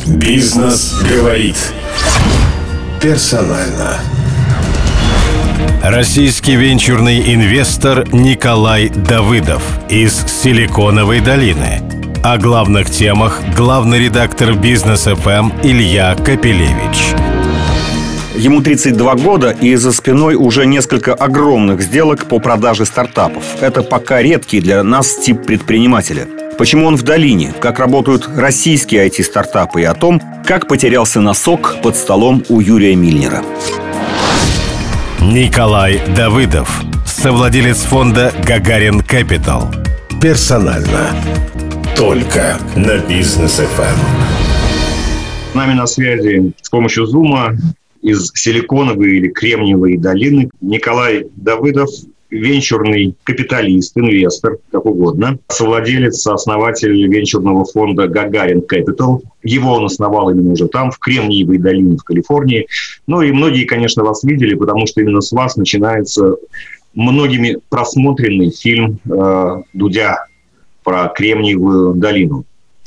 Бизнес говорит. Персонально. Российский венчурный инвестор Николай Давыдов из Силиконовой долины. О главных темах главный редактор Бизнес ФМ Илья Капелевич. Ему 32 года, и за спиной уже несколько огромных сделок по продаже стартапов. Это пока редкий для нас тип предпринимателя. Почему он в долине, как работают российские IT-стартапы и о том, как потерялся носок под столом у Юрия Мильнера. Николай Давыдов, совладелец фонда «Гагарин Capital». Персонально. Только на Бизнес ФМ. С нами на связи с помощью Зума из Силиконовой или Кремниевой долины Николай Давыдов, венчурный капиталист, инвестор, как угодно, совладелец, основатель венчурного фонда «Гагарин Capital». Его он основал именно уже там, в Кремниевой долине в Калифорнии. Ну и многие, конечно, вас видели, потому что именно с вас начинается многими просмотренный фильм Дудя про Кремниевую долину.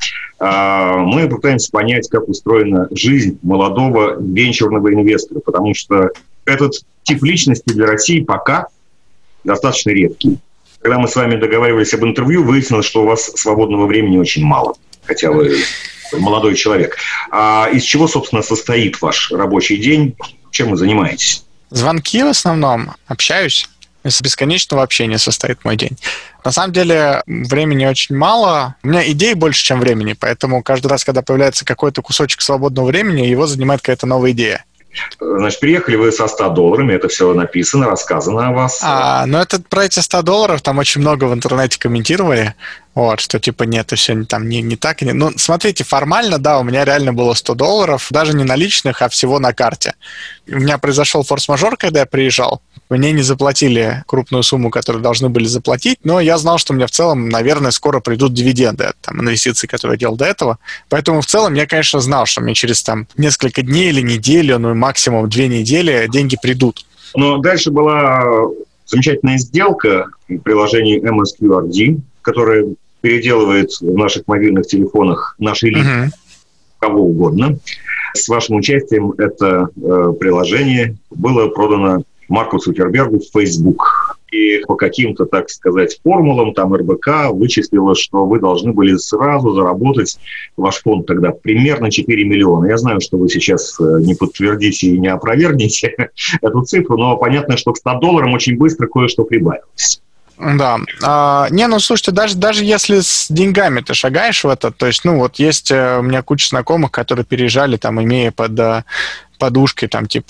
Мы пытаемся понять, как устроена жизнь молодого венчурного инвестора, потому что этот тип личности для России пока достаточно редкий. Когда мы с вами договаривались об интервью, выяснилось, что у вас свободного времени очень мало, хотя вы молодой человек. А из чего, собственно, состоит ваш рабочий день? Чем вы занимаетесь? Звонки в основном. Общаюсь. Из бесконечного общения состоит мой день. На самом деле, времени очень мало. У меня идей больше, чем времени, поэтому каждый раз, когда появляется какой-то кусочек свободного времени, его занимает какая-то новая идея. Значит, приехали вы со $100, это все написано, рассказано о вас. Ну, это про эти $100, там очень много в интернете комментировали, вот, что типа нет, это все там не так. Ну, смотрите, формально, да, у меня реально было $100, даже не наличных, а всего на карте. У меня произошел форс-мажор, когда я приезжал. Мне не заплатили крупную сумму, которую должны были заплатить, но я знал, что мне в целом, наверное, скоро придут дивиденды от инвестиций, которые я делал до этого. Поэтому в целом я, конечно, знал, что мне через несколько дней или неделю, ну и максимум 2 недели деньги придут. Дальше была замечательная сделка в приложении MSQRD, которое переделывает в наших мобильных телефонах наши лица, кого угодно. С вашим участием это приложение было продано Марку Цукербергу в Facebook. И по каким-то, так сказать, формулам, РБК вычислило, что вы должны были сразу заработать, ваш фонд тогда, примерно 4 миллиона. Я знаю, что вы сейчас не подтвердите и не опровергнете эту цифру, но понятно, что к $100 очень быстро кое-что прибавилось. Да. Слушайте, даже если с деньгами ты шагаешь в это, то есть, есть у меня куча знакомых, которые переезжали, имея под подушкой,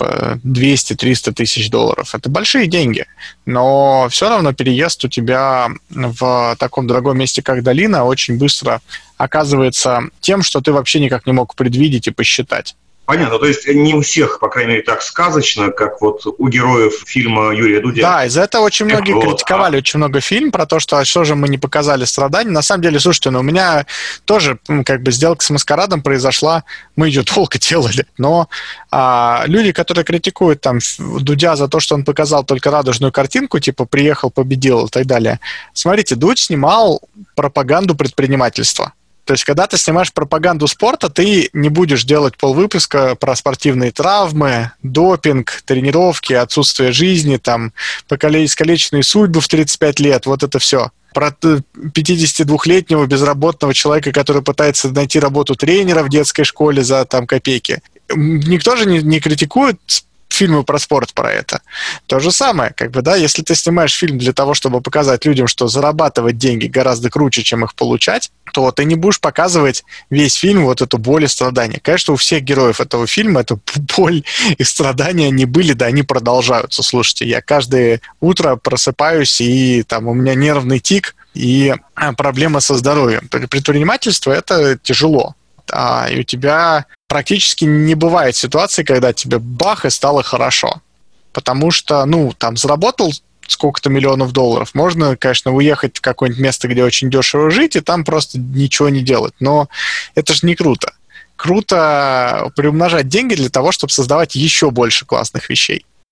200-300 тысяч долларов. Это большие деньги, но все равно переезд у тебя в таком дорогом месте, как долина, очень быстро оказывается тем, что ты вообще никак не мог предвидеть и посчитать. Понятно, то есть не у всех, по крайней мере, так сказочно, как вот у героев фильма Юрия Дудя. Да, из-за этого очень многие критиковали очень много фильм про то, что же мы не показали страданий. На самом деле, слушайте, у меня тоже сделка с «Маскарадом» произошла, мы ее долго делали, но люди, которые критикуют Дудя за то, что он показал только радужную картинку, приехал, победил и так далее. Смотрите, Дудь снимал пропаганду предпринимательства. То есть, когда ты снимаешь пропаганду спорта, ты не будешь делать полвыпуска про спортивные травмы, допинг, тренировки, отсутствие жизни, искалеченные судьбы в 35 лет, вот это все. Про 52-летнего безработного человека, который пытается найти работу тренера в детской школе за копейки. Никто же не критикует фильмы про спорт про это. То же самое, если ты снимаешь фильм для того, чтобы показать людям, что зарабатывать деньги гораздо круче, чем их получать, то ты не будешь показывать весь фильм вот эту боль и страдания. Конечно, у всех героев этого фильма эта боль и страдания не были, да, они продолжаются. Слушайте, я каждое утро просыпаюсь, и у меня нервный тик, и проблема со здоровьем. Предпринимательство – это тяжело. И у тебя практически не бывает ситуации, когда тебе бах, и стало хорошо. Потому что, заработал сколько-то миллионов долларов, можно, конечно, уехать в какое-нибудь место, где очень дешево жить, и там просто ничего не делать. Но это же не круто. Круто приумножать деньги для того, чтобы создавать еще больше классных вещей.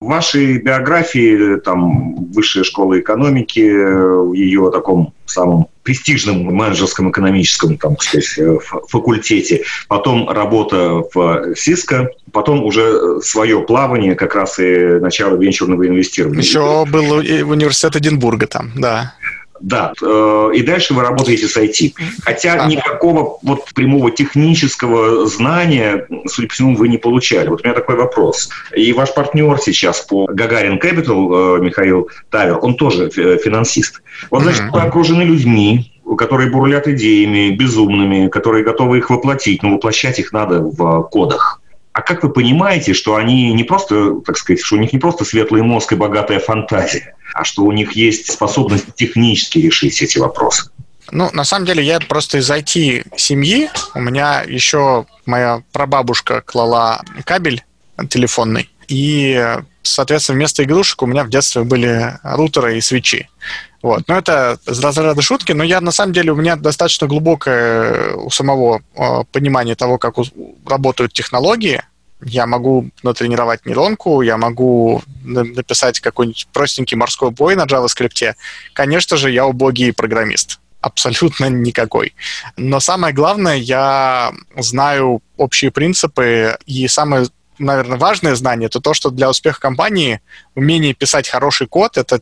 В вашей биографии, там, высшая школа экономики, в ее таком самом престижном менеджерском экономическом, там, сказать, факультете, потом работа в Cisco, потом уже свое плавание, как раз и начало венчурного инвестирования. Еще был университет Эдинбурга там, да. Да, и дальше вы работаете с IT. Хотя никакого вот прямого технического знания, судя по всему, вы не получали. Вот у меня такой вопрос. И ваш партнер сейчас по Гагарин Capital, Михаил Тавер, он тоже финансист. Вот, значит, вы окружены людьми, которые бурлят идеями безумными, которые готовы их воплотить, но воплощать их надо в кодах. А как вы понимаете, что они не просто, так сказать, что у них не просто светлый мозг и богатая фантазия, а что у них есть способность технически решить эти вопросы? Ну, на самом деле, я просто из IT-семьи. У меня еще моя прабабушка клала кабель телефонный. И, соответственно, вместо игрушек у меня в детстве были рутеры и свечи. Вот. Но это из разряда шутки, но я, на самом деле, у меня достаточно глубокое у самого понимание того, как работают технологии. Я могу натренировать нейронку, я могу написать какой-нибудь простенький морской бой на JavaScript. Конечно же, я убогий программист. Абсолютно никакой. Но самое главное, я знаю общие принципы, и самое, наверное, важное знание — это то, что для успеха компании умение писать хороший код — это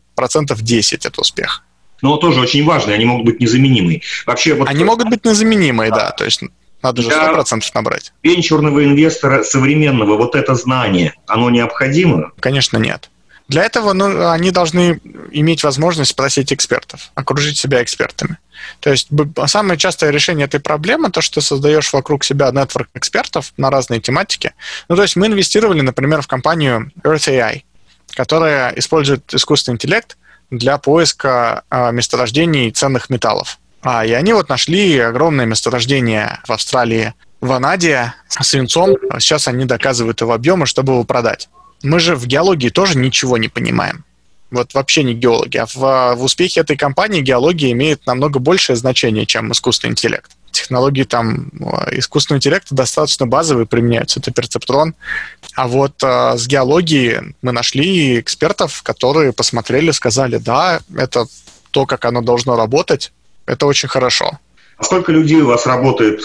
10% от успеха. Но тоже очень важно, они могут быть незаменимые. Вообще, вот... Они могут быть незаменимые, да. То есть надо же 100% набрать. Для венчурного инвестора современного вот это знание, оно необходимо? Конечно, нет. Для этого они должны иметь возможность спросить экспертов, окружить себя экспертами. То есть самое частое решение этой проблемы — то, что ты создаешь вокруг себя нетворк экспертов на разные тематики. Ну, то есть мы инвестировали, например, в компанию EarthAI, которая использует искусственный интеллект для поиска месторождений ценных металлов. И они вот нашли огромное месторождение в Австралии, в ванаде, свинцом. Сейчас они доказывают его объемы, чтобы его продать. Мы же в геологии тоже ничего не понимаем. Вот вообще не геологи. А в успехе этой компании геология имеет намного большее значение, чем искусственный интеллект. Технологии там искусственного интеллекта достаточно базовые применяются. Это перцептрон. А вот с геологией мы нашли экспертов, которые посмотрели, сказали, да, это то, как оно должно работать. Это очень хорошо. А сколько людей у вас работает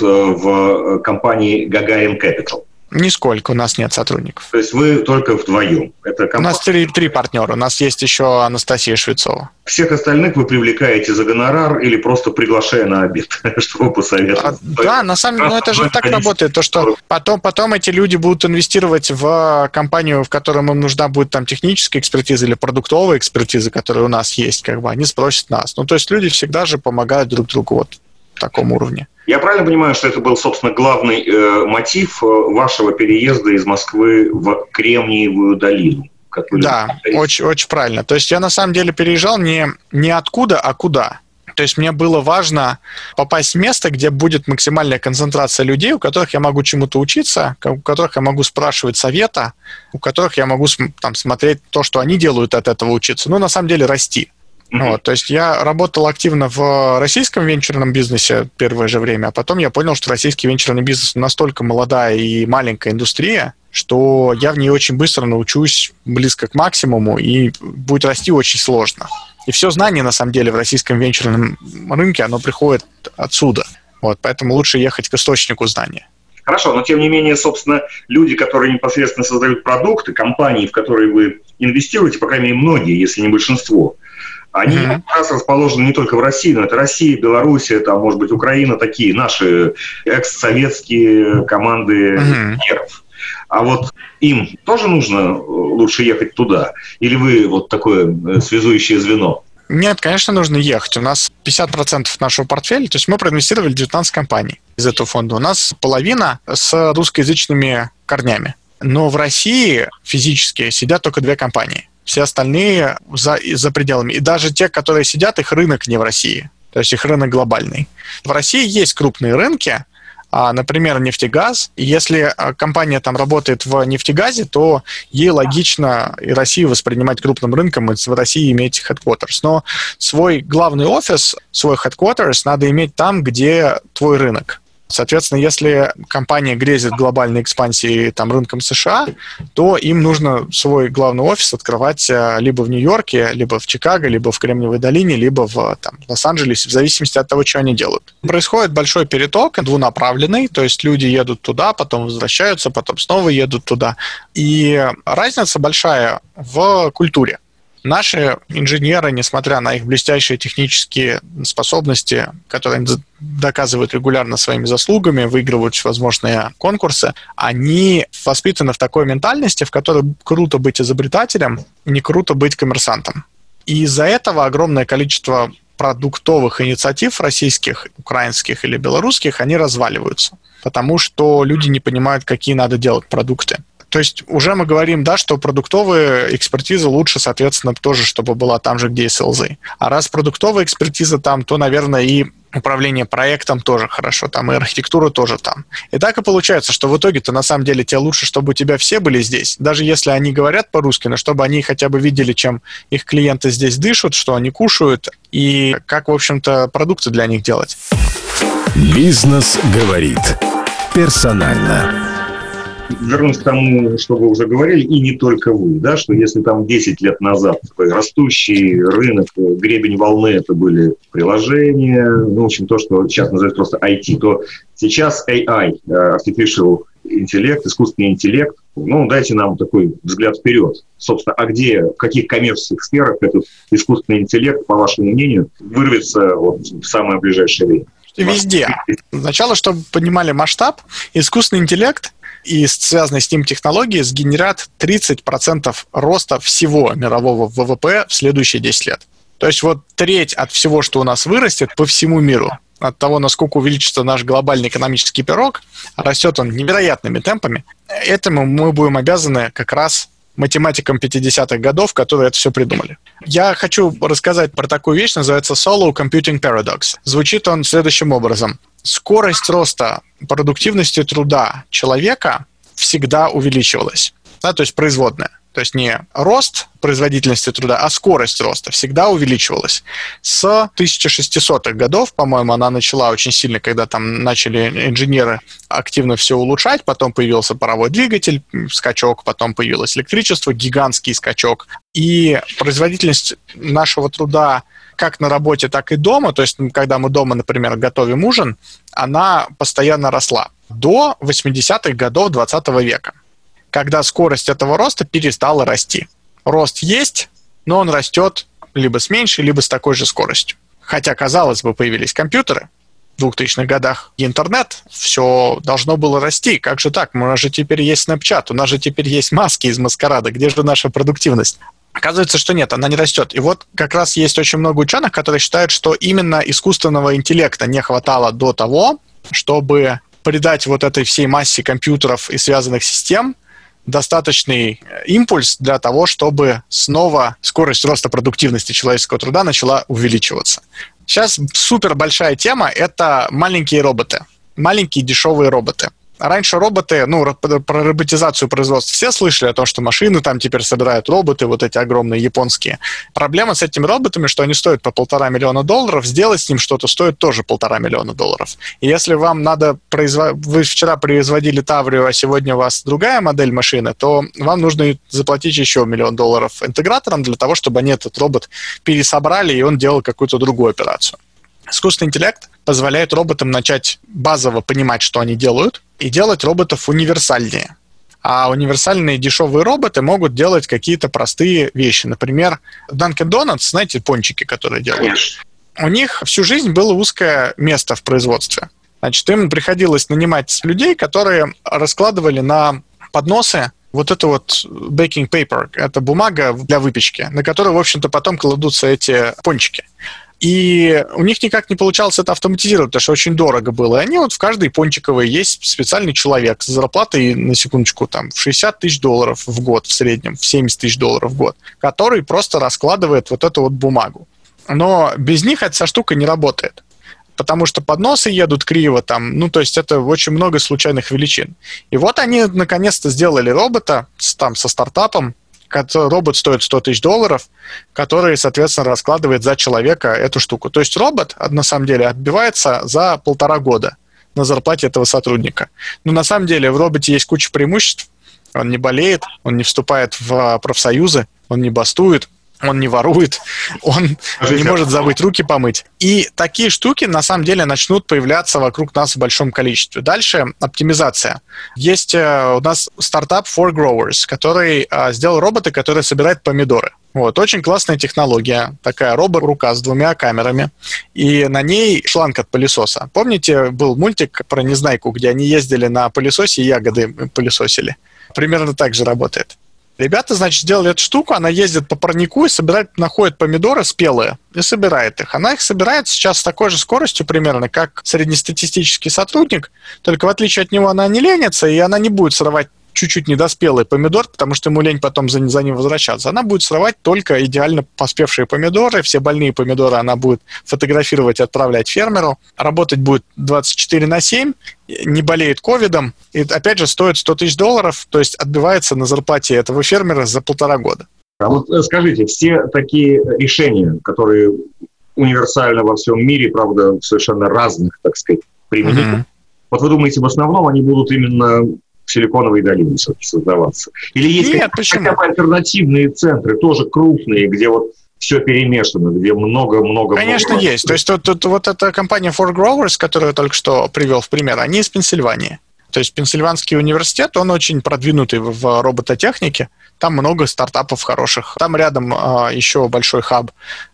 в компании Гагарин Capital? Нисколько, у нас нет сотрудников. То есть вы только вдвоем? Это У нас три партнера. У нас есть еще Анастасия Швецова. Всех остальных вы привлекаете за гонорар или просто приглашая на обед, чтобы посоветовать? Да, на самом деле, это же так работает, то, что потом эти люди будут инвестировать в компанию, в которой им нужна будет там техническая экспертиза или продуктовая экспертиза, которая у нас есть, как бы, они спросят нас. Ну, то есть люди всегда же помогают друг другу вот в таком уровне. Я правильно понимаю, что это был, собственно, главный мотив вашего переезда из Москвы в Кремниевую долину? Да, очень, очень правильно. То есть я на самом деле переезжал не откуда, а куда. То есть мне было важно попасть в место, где будет максимальная концентрация людей, у которых я могу чему-то учиться, у которых я могу спрашивать совета, у которых я могу там смотреть то, что они делают, от этого учиться. Ну, на самом деле, расти. Вот, то есть я работал активно в российском венчурном бизнесе первое же время, а потом я понял, что российский венчурный бизнес настолько молодая и маленькая индустрия, что я в ней очень быстро научусь близко к максимуму, и будет расти очень сложно. И все знание, на самом деле, в российском венчурном рынке, оно приходит отсюда. Вот, поэтому лучше ехать к источнику знания. Хорошо, но тем не менее, собственно, люди, которые непосредственно создают продукты, компании, в которые вы инвестируете, по крайней мере, многие, если не большинство, они как раз расположены не только в России, но это Россия, Белоруссия, там, может быть, Украина, такие наши экс-советские команды инженеров. А вот им тоже нужно лучше ехать туда? Или вы вот такое связующее звено? Нет, конечно, нужно ехать. У нас 50% нашего портфеля, то есть мы проинвестировали 19 компаний из этого фонда. У нас половина с русскоязычными корнями. Но в России физически сидят только 2 компании. Все остальные за пределами. И даже те, которые сидят, их рынок не в России. То есть их рынок глобальный. В России есть крупные рынки, например, нефтегаз. И если компания там работает в нефтегазе, то ей логично и Россию воспринимать крупным рынком, и в России иметь headquarters. Но свой главный офис, свой headquarters надо иметь там, где твой рынок. Соответственно, если компания грезит глобальной экспансией там, рынком США, то им нужно свой главный офис открывать либо в Нью-Йорке, либо в Чикаго, либо в Кремниевой долине, либо в Лос-Анджелесе, в зависимости от того, что они делают. Происходит большой переток, двунаправленный, то есть люди едут туда, потом возвращаются, потом снова едут туда. И разница большая в культуре. Наши инженеры, несмотря на их блестящие технические способности, которые они доказывают регулярно своими заслугами, выигрывают всевозможные конкурсы, они воспитаны в такой ментальности, в которой круто быть изобретателем, не круто быть коммерсантом. И из-за этого огромное количество продуктовых инициатив российских, украинских или белорусских, они разваливаются, потому что люди не понимают, какие надо делать продукты. То есть уже мы говорим, да, что продуктовая экспертиза лучше, соответственно, тоже, чтобы была там же, где и СЛЗ. А раз продуктовая экспертиза там, то, наверное, и управление проектом тоже хорошо там, и архитектура тоже там. И так и получается, что в итоге-то на самом деле тебе лучше, чтобы у тебя все были здесь, даже если они говорят по-русски, но чтобы они хотя бы видели, чем их клиенты здесь дышат, что они кушают, и как, в общем-то, продукты для них делать. Бизнес говорит персонально. Вернусь к тому, что вы уже говорили, и не только вы, да, что если там 10 лет назад такой растущий рынок, гребень волны, это были приложения, ну, в общем, то, что сейчас называется просто IT, то сейчас AI, Artificial Intellect, искусственный интеллект, ну, дайте нам такой взгляд вперед. Собственно, а где, в каких коммерческих сферах этот искусственный интеллект, по вашему мнению, вырвется вот в самое ближайшее время? Везде. Сначала, чтобы понимали масштаб, искусственный интеллект и связанные с ним технологии сгенерят 30% роста всего мирового ВВП в следующие 10 лет. То есть вот треть от всего, что у нас вырастет по всему миру, от того, насколько увеличится наш глобальный экономический пирог, растет он невероятными темпами, этому мы будем обязаны как раз математикам 50-х годов, которые это все придумали. Я хочу рассказать про такую вещь, называется Solo Computing Paradox. Звучит он следующим образом. Скорость роста продуктивности труда человека всегда увеличивалась. Да, то есть производная. То есть не рост производительности труда, а скорость роста всегда увеличивалась. С 1600-х годов, по-моему, она начала очень сильно, когда там начали инженеры активно все улучшать, потом появился паровой двигатель, скачок, потом появилось электричество, гигантский скачок. И производительность нашего труда как на работе, так и дома, то есть когда мы дома, например, готовим ужин, она постоянно росла до 80-х годов 20 века, когда скорость этого роста перестала расти. Рост есть, но он растет либо с меньшей, либо с такой же скоростью. Хотя, казалось бы, появились компьютеры в 2000-х годах, и интернет, все должно было расти. Как же так? У нас же теперь есть Snapchat, у нас же теперь есть маски из маскарада. Где же наша продуктивность? Оказывается, что нет, она не растет. И вот как раз есть очень много ученых, которые считают, что именно искусственного интеллекта не хватало до того, чтобы придать вот этой всей массе компьютеров и связанных систем достаточный импульс для того, чтобы снова скорость роста продуктивности человеческого труда начала увеличиваться. Сейчас супер большая тема – это маленькие роботы, маленькие дешевые роботы. Раньше роботы, про роботизацию производства все слышали о том, что машины там теперь собирают роботы, вот эти огромные японские. Проблема с этими роботами, что они стоят по $1,5 миллиона, сделать с ним что-то стоит тоже $1,5 миллиона. И если вам надо, вы вчера производили Таврию, а сегодня у вас другая модель машины, то вам нужно заплатить еще $1 миллион интеграторам для того, чтобы они этот робот пересобрали, и он делал какую-то другую операцию. Искусственный интеллект позволяет роботам начать базово понимать, что они делают, и делать роботов универсальнее. А универсальные дешевые роботы могут делать какие-то простые вещи. Например, Dunkin' Donuts, знаете, пончики, которые делают? У них всю жизнь было узкое место в производстве. Значит, им приходилось нанимать людей, которые раскладывали на подносы вот это вот baking paper, это бумага для выпечки, на которую, в общем-то, потом кладутся эти пончики. И у них никак не получалось это автоматизировать, потому что очень дорого было. И они вот в каждой пончиковой есть специальный человек с зарплатой, на секундочку, там, в $60 тысяч в год в среднем, в $70 тысяч в год, который просто раскладывает вот эту вот бумагу. Но без них эта вся штука не работает. Потому что подносы едут криво там, то есть это очень много случайных величин. И вот они наконец-то сделали робота там со стартапом. Робот стоит $100 тысяч, который, соответственно, раскладывает за человека эту штуку. То есть робот, на самом деле, отбивается за 1,5 года. на зарплате этого сотрудника. Но на самом деле в роботе есть куча преимуществ. Он не болеет, он не вступает в профсоюзы, он не бастует, он не ворует, он не может забыть руки помыть. И такие штуки, на самом деле, начнут появляться вокруг нас в большом количестве. Дальше оптимизация. Есть у нас стартап For Growers, который сделал робота, который собирает помидоры. Вот, очень классная технология. Такая робот-рука с 2 камерами. И на ней шланг от пылесоса. Помните, был мультик про Незнайку, где они ездили на пылесосе и ягоды пылесосили? Примерно так же работает. Ребята, значит, сделали эту штуку, она ездит по парнику и находит помидоры спелые и собирает их. Она их собирает сейчас с такой же скоростью примерно, как среднестатистический сотрудник, только в отличие от него она не ленится, и она не будет срывать чуть-чуть недоспелый помидор, потому что ему лень потом за ним возвращаться. Она будет срывать только идеально поспевшие помидоры, все больные помидоры она будет фотографировать и отправлять фермеру. Работать будет 24/7, не болеет ковидом, и опять же стоит $100 тысяч, то есть отбивается на зарплате этого фермера за 1,5 года. А вот скажите, все такие решения, которые универсальны во всем мире, правда, совершенно разных, так сказать, применений, вот вы думаете, в основном они будут именно в Силиконовой долине создаваться? Или есть хотя бы альтернативные центры, тоже крупные, где вот все перемешано, где много-много... Конечно, есть. То есть вот эта компания For Growers, которую я только что привел в пример, они из Пенсильвании. То есть Пенсильванский университет, он очень продвинутый в робототехнике. Там много стартапов хороших. Там рядом еще большой хаб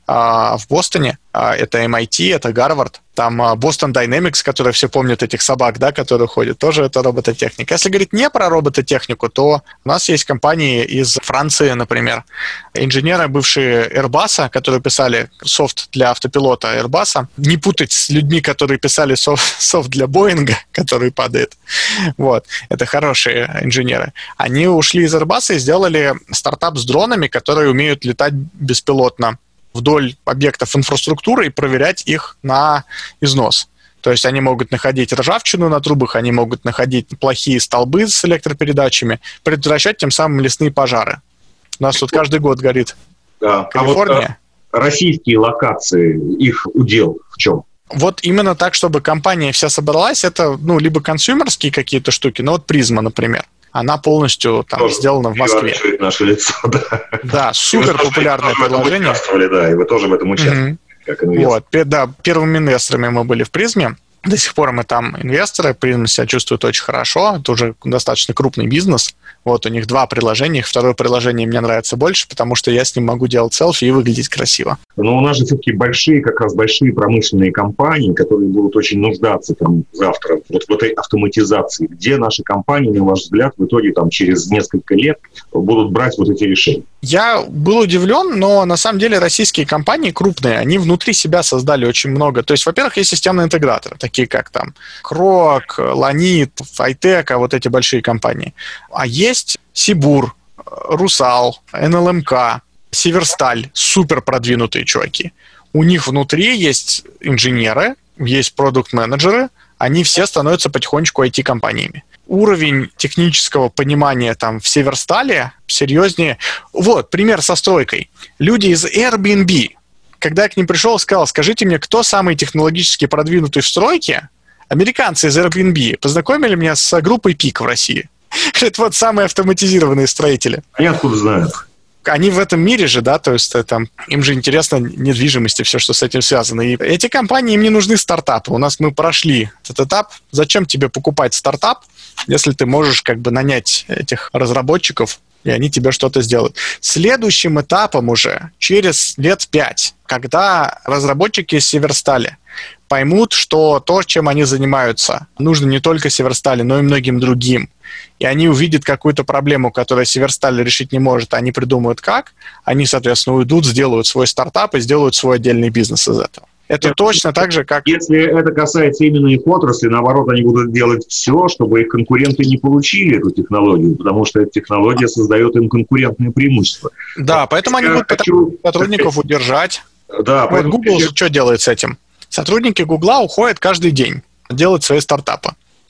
в Бостоне. Это MIT, это Гарвард. Там Boston Dynamics, которые все помнят этих собак, да, которые ходят, тоже это робототехника. Если говорить не про робототехнику, то у нас есть компании из Франции, например. Инженеры, бывшие Airbus, которые писали софт для автопилота Airbus. Не путать с людьми, которые писали софт для Боинга, который падает. Вот. Это хорошие инженеры. Они ушли из Airbus и сделали стартап с дронами, которые умеют летать беспилотно вдоль объектов инфраструктуры и проверять их на износ. То есть они могут находить ржавчину на трубах, они могут находить плохие столбы с электропередачами, предотвращать тем самым лесные пожары. У нас тут каждый год горит Калифорния. А вот российские локации, их удел в чем? Вот именно так, чтобы компания вся собралась, это либо консюмерские какие-то штуки, вот Призма, например. Она полностью там сделана в Москве. Наше лицо, да. Да, супер популярное приложение. Да, и вы тоже в этом участвовали, как инвестор. Вот, да, первыми инвесторами мы были в Призме. До сих пор мы там инвесторы. Призма себя чувствует очень хорошо. Это уже достаточно крупный бизнес. Вот у них 2 приложения. Второе приложение мне нравится больше, потому что я с ним могу делать селфи и выглядеть красиво. Но у нас же все-таки большие промышленные компании, которые будут очень нуждаться там завтра вот в этой автоматизации. Где наши компании, на ваш взгляд, в итоге там через несколько лет будут брать вот эти решения? Я был удивлен, но на самом деле российские компании крупные, они внутри себя создали очень много. То есть, во-первых, есть системные интеграторы, такие как там Крок, Ланит, Файтек, вот эти большие компании. А есть Сибур, Русал, НЛМК, Северсталь, супер продвинутые чуваки. У них внутри есть инженеры, есть продукт-менеджеры, они все становятся потихонечку IT-компаниями. Уровень технического понимания там в Северстале серьезнее. Вот, пример со стройкой. Люди из Airbnb, когда я к ним пришел, сказал, скажите мне, кто самый технологически продвинутый в стройке? Американцы из Airbnb познакомили меня с группой ПИК в России. Это вот самые автоматизированные строители. Они откуда знают? Они в этом мире же, да, то есть там, им же интересна недвижимость и все, что с этим связано. И эти компании, им не нужны стартапы. У нас мы прошли этот этап. Зачем тебе покупать стартап, если ты можешь как бы нанять этих разработчиков, и они тебе что-то сделают. Следующим этапом уже, через лет 5, когда разработчики из Северстали поймут, что то, чем они занимаются, нужно не только Северстали, но и многим другим, и они увидят какую-то проблему, которую Северсталь решить не может, они придумают как, они, соответственно, уйдут, сделают свой стартап и сделают свой отдельный бизнес из этого. Это точно так же, как... Если это касается именно их отрасли, наоборот, они будут делать все, чтобы их конкуренты не получили эту технологию, потому что эта технология создает им конкурентное преимущество. Да, поэтому они будут сотрудников удержать. Да, вот Google что делает с этим? Сотрудники Гугла уходят каждый день делать свои стартапы.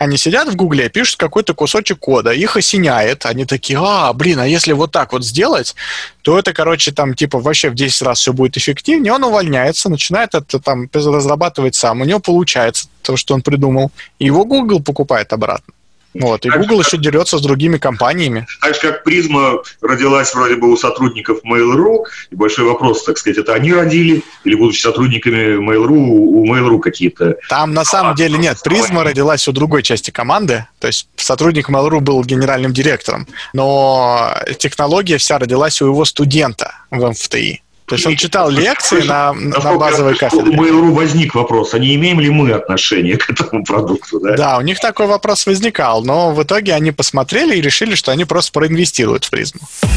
Они сидят в Гугле, пишут какой-то кусочек кода, их осеняет, они такие, а если вот так вот сделать, то это, там, вообще в 10 раз все будет эффективнее, он увольняется, начинает это там разрабатывать сам, у него получается то, что он придумал, и его Google покупает обратно. Вот, и Google еще дерется с другими компаниями. Так же, как Призма родилась вроде бы у сотрудников Mail.ru, и большой вопрос, так сказать, это они родили, или будучи сотрудниками Mail.ru, у Mail.ru какие-то... Там на самом деле нет, Призма родилась у другой части команды, то есть сотрудник Mail.ru был генеральным директором, но технология вся родилась у его студента в МФТИ. То есть он читал лекции на базовой кафедре. У Mail.ru возник вопрос, а не имеем ли мы отношение к этому продукту? Да? Да, у них такой вопрос возникал, но в итоге они посмотрели и решили, что они просто проинвестируют в Призму.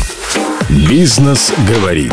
Бизнес говорит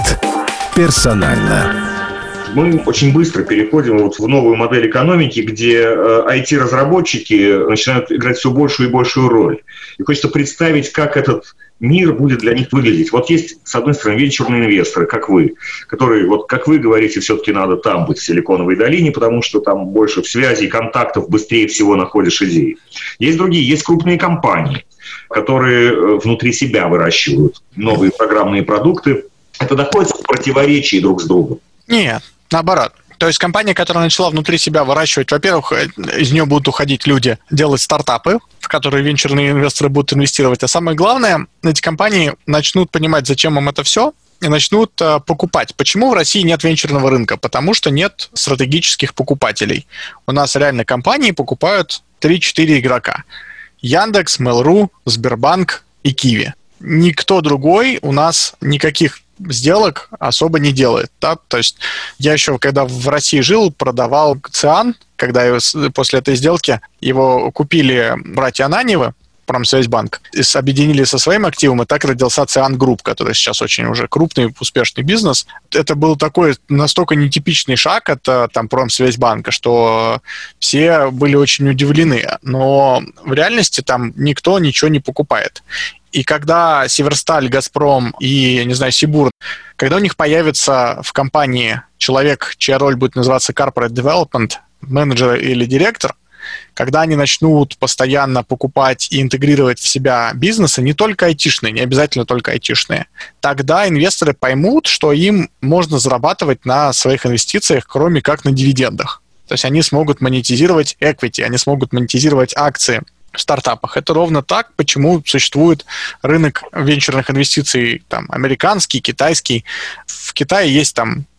персонально. Мы очень быстро переходим в новую модель экономики, где IT-разработчики начинают играть все большую и большую роль. И хочется представить, как этот мир будет для них выглядеть. Вот есть, с одной стороны, венчурные инвесторы, как вы, которые, как вы говорите, все-таки надо там быть, в Силиконовой долине, потому что там больше связей, контактов, быстрее всего находишь идеи. Есть другие, есть крупные компании, которые внутри себя выращивают новые программные продукты. Это находится в противоречии друг с другом. Нет, наоборот. То есть компания, которая начала внутри себя выращивать, во-первых, из нее будут уходить люди делать стартапы, в которые венчурные инвесторы будут инвестировать. А самое главное, эти компании начнут понимать, зачем им это все, и начнут покупать. Почему в России нет венчурного рынка? Потому что нет стратегических покупателей. У нас реально компании покупают 3-4 игрока. Яндекс, Mail.ru, Сбербанк и Киви. Никто другой у нас никаких сделок особо не делает. Да? То есть я еще, когда в России жил, продавал Циан, когда после этой сделки его купили братья Ананьевы, Промсвязьбанк, объединили со своим активом, и так родился Циан Групп, который сейчас очень уже крупный, успешный бизнес. Это был такой настолько нетипичный шаг от Промсвязьбанка, что все были очень удивлены. Но в реальности там никто ничего не покупает. И когда Северсталь, Газпром и, Сибур, когда у них появится в компании человек, чья роль будет называться Corporate Development, менеджер или директор, когда они начнут постоянно покупать и интегрировать в себя бизнесы, не только айтишные, не обязательно только айтишные, тогда инвесторы поймут, что им можно зарабатывать на своих инвестициях, кроме как на дивидендах. То есть они смогут монетизировать equity, они смогут монетизировать акции в стартапах. Это ровно так, почему существует рынок венчурных инвестиций, американский, китайский. В Китае есть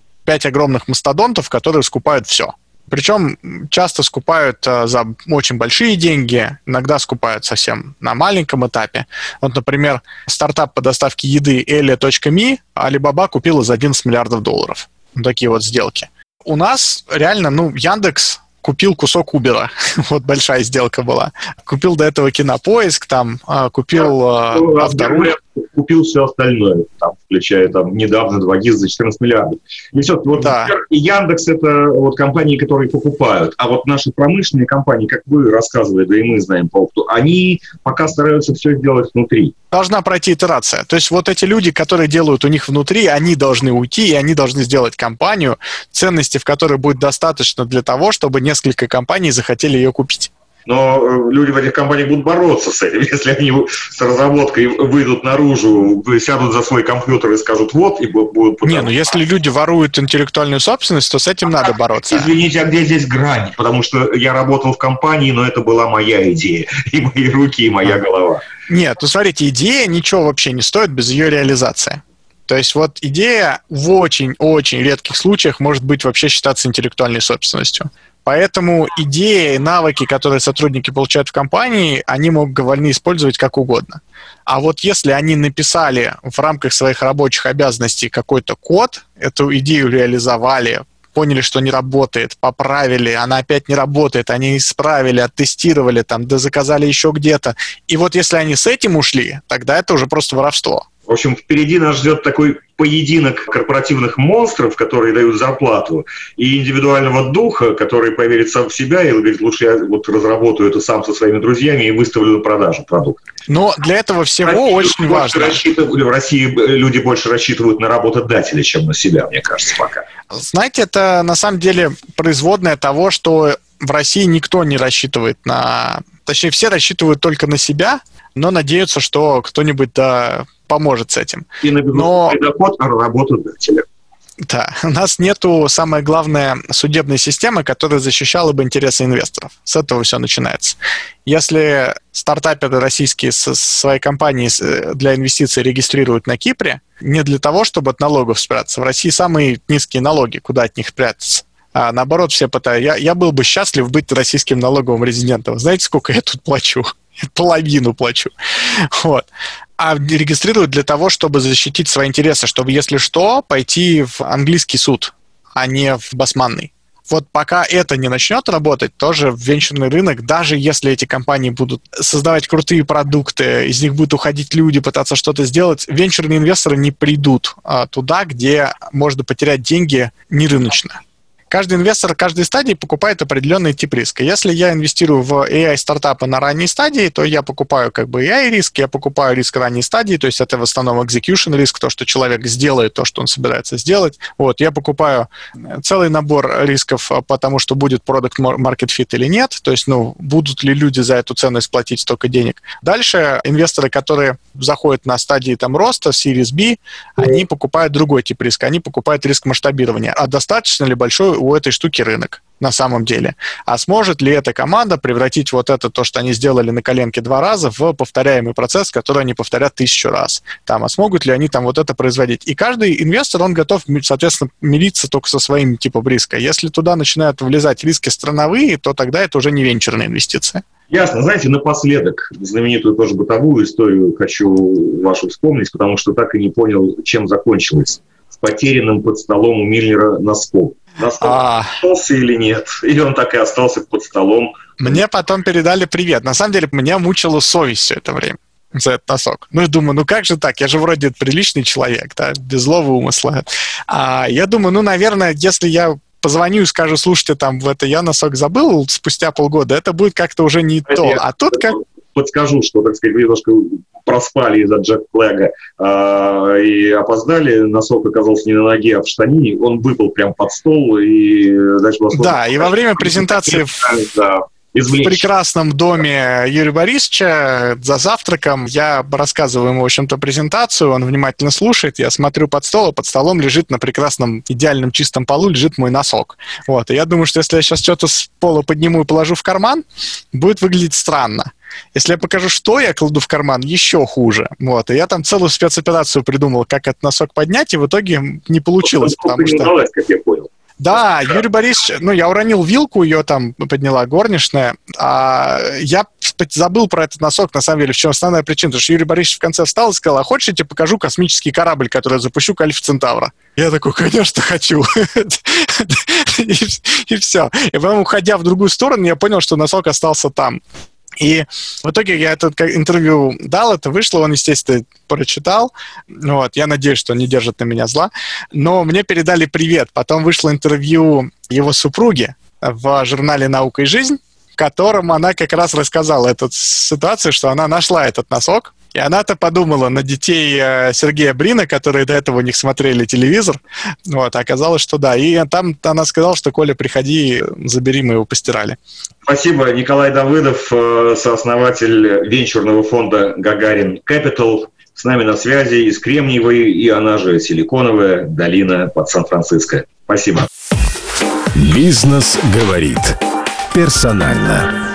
5 огромных мастодонтов, которые скупают все. Причем часто скупают за очень большие деньги, иногда скупают совсем на маленьком этапе. Вот, например, стартап по доставке еды Elia.me Alibaba купила за $11 миллиардов. Такие вот сделки. У нас реально, Яндекс купил кусок Uber. Вот большая сделка была. Купил до этого Кинопоиск, купил Автору. Купил все остальное, включая недавно 2GIS за 14 миллиардов. И все, и Яндекс — это компании, которые покупают. А вот наши промышленные компании, как вы рассказывали, да и мы знаем по опыту, они пока стараются все сделать внутри. Должна пройти итерация. То есть вот эти люди, которые делают у них внутри, они должны уйти, и они должны сделать компанию, ценности в которой будет достаточно для того, чтобы несколько компаний захотели ее купить. Но люди в этих компаниях будут бороться с этим. Если они с разработкой выйдут наружу, сядут за свой компьютер и скажут «вот», и будут... если люди воруют интеллектуальную собственность, то с этим надо бороться. Извините, а где здесь грань? Потому что я работал в компании, но это была моя идея. И мои руки, и моя голова. Нет, смотрите, идея ничего вообще не стоит без ее реализации. То есть вот идея в очень-очень редких случаях может быть вообще считаться интеллектуальной собственностью. Поэтому идеи, навыки, которые сотрудники получают в компании, они могут вольны использовать как угодно. А вот если они написали в рамках своих рабочих обязанностей какой-то код, эту идею реализовали, поняли, что не работает, поправили, она опять не работает, они исправили, оттестировали, заказали еще где-то. И вот если они с этим ушли, тогда это уже просто воровство. В общем, впереди нас ждет такой поединок корпоративных монстров, которые дают зарплату, и индивидуального духа, который поверит сам в себя и говорит, лучше я разработаю это сам со своими друзьями и выставлю на продажу продукт. Но для этого всего очень важно. В России люди больше рассчитывают на работодателя, чем на себя, мне кажется, пока. Знаете, это на самом деле производная того, что в России никто не рассчитывает Точнее, все рассчитывают только на себя, но надеются, что кто-нибудь поможет с этим. И на безусловный доход работодателя. Да, у нас нету, самое главное, судебной системы, которая защищала бы интересы инвесторов. С этого все начинается. Если стартаперы российские свои компании для инвестиций регистрируют на Кипре, не для того, чтобы от налогов спрятаться. В России самые низкие налоги, куда от них прятаться. А наоборот, все пытаются. Я был бы счастлив быть российским налоговым резидентом. Знаете, сколько я тут плачу? Половину плачу. Вот. А регистрируют для того, чтобы защитить свои интересы, чтобы, если что, пойти в английский суд, а не в басманный. Вот пока это не начнет работать, тоже венчурный рынок, даже если эти компании будут создавать крутые продукты, из них будут уходить люди, пытаться что-то сделать, венчурные инвесторы не придут туда, где можно потерять деньги нерыночно. Каждый инвестор каждой стадии покупает определенный тип риска. Если я инвестирую в AI-стартапы на ранней стадии, то я покупаю AI-риск, я покупаю риск ранней стадии, то есть это в основном execution риск, то, что человек сделает то, что он собирается сделать. Вот, я покупаю целый набор рисков, потому что будет product market fit или нет, то есть, будут ли люди за эту ценность платить столько денег. Дальше инвесторы, которые заходят на стадии роста, Series B, они покупают другой тип риска, они покупают риск масштабирования. А достаточно ли большой у этой штуки рынок на самом деле? А сможет ли эта команда превратить вот это, то, что они сделали на коленке 2 раза, в повторяемый процесс, который они повторят 1000 раз? А смогут ли они вот это производить? И каждый инвестор, он готов, соответственно, мириться только со своим типом риска. Если туда начинают влезать риски страновые, то тогда это уже не венчурная инвестиция. Ясно. Знаете, напоследок знаменитую тоже бытовую историю хочу вашу вспомнить, потому что так и не понял, чем закончилось. С потерянным под столом у Миллера носком. Носком остался или нет? Или он так и остался под столом? Мне потом передали привет. На самом деле, меня мучила совесть все это время за этот носок. Я думаю, как же так? Я же вроде приличный человек, да, без злого умысла. Я думаю, наверное, если я позвоню и скажу, слушайте, я носок забыл спустя полгода, это будет как-то уже не то. А тут как... Подскажу, что, так сказать, вы немножко проспали из-за джет-лэга и опоздали, носок оказался не на ноге, а в штанине, он выпал прям под стол, и дальше... Да, и во время презентации в прекрасном доме Юрия Борисовича за завтраком я рассказываю ему, в общем-то, презентацию, он внимательно слушает, я смотрю под стол, а под столом лежит на прекрасном, идеальном чистом полу лежит мой носок. Вот, и я думаю, что если я сейчас что-то с пола подниму и положу в карман, будет выглядеть странно. Если я покажу, что я кладу в карман, еще хуже. Вот. И я целую спецоперацию придумал, как этот носок поднять, и в итоге не получилось. Потому что... как я понял. Да, Юрий Борисович, я уронил вилку, ее подняла горничная, а я забыл про этот носок, на самом деле, в чем основная причина, потому что Юрий Борисович в конце встал и сказал, хочешь, я тебе покажу космический корабль, который я запущу к Альфа Центавра? Я такой, конечно, хочу. И все. И потом, уходя в другую сторону, я понял, что носок остался там. И в итоге я это интервью дал, это вышло, он, естественно, прочитал. Вот, я надеюсь, что он не держит на меня зла. Но мне передали привет. Потом вышло интервью его супруги в журнале «Наука и жизнь», в котором она как раз рассказала эту ситуацию, что она нашла этот носок. И она-то подумала на детей Сергея Брина, которые до этого у них смотрели телевизор. Вот, оказалось, что да. И там она сказала, что Коля, приходи, забери, мы его постирали. Спасибо. Николай Давыдов, сооснователь венчурного фонда «Гагарин Capital», с нами на связи из Кремниевой и она же Силиконовая долина под Сан-Франциско. Спасибо. Бизнес говорит персонально.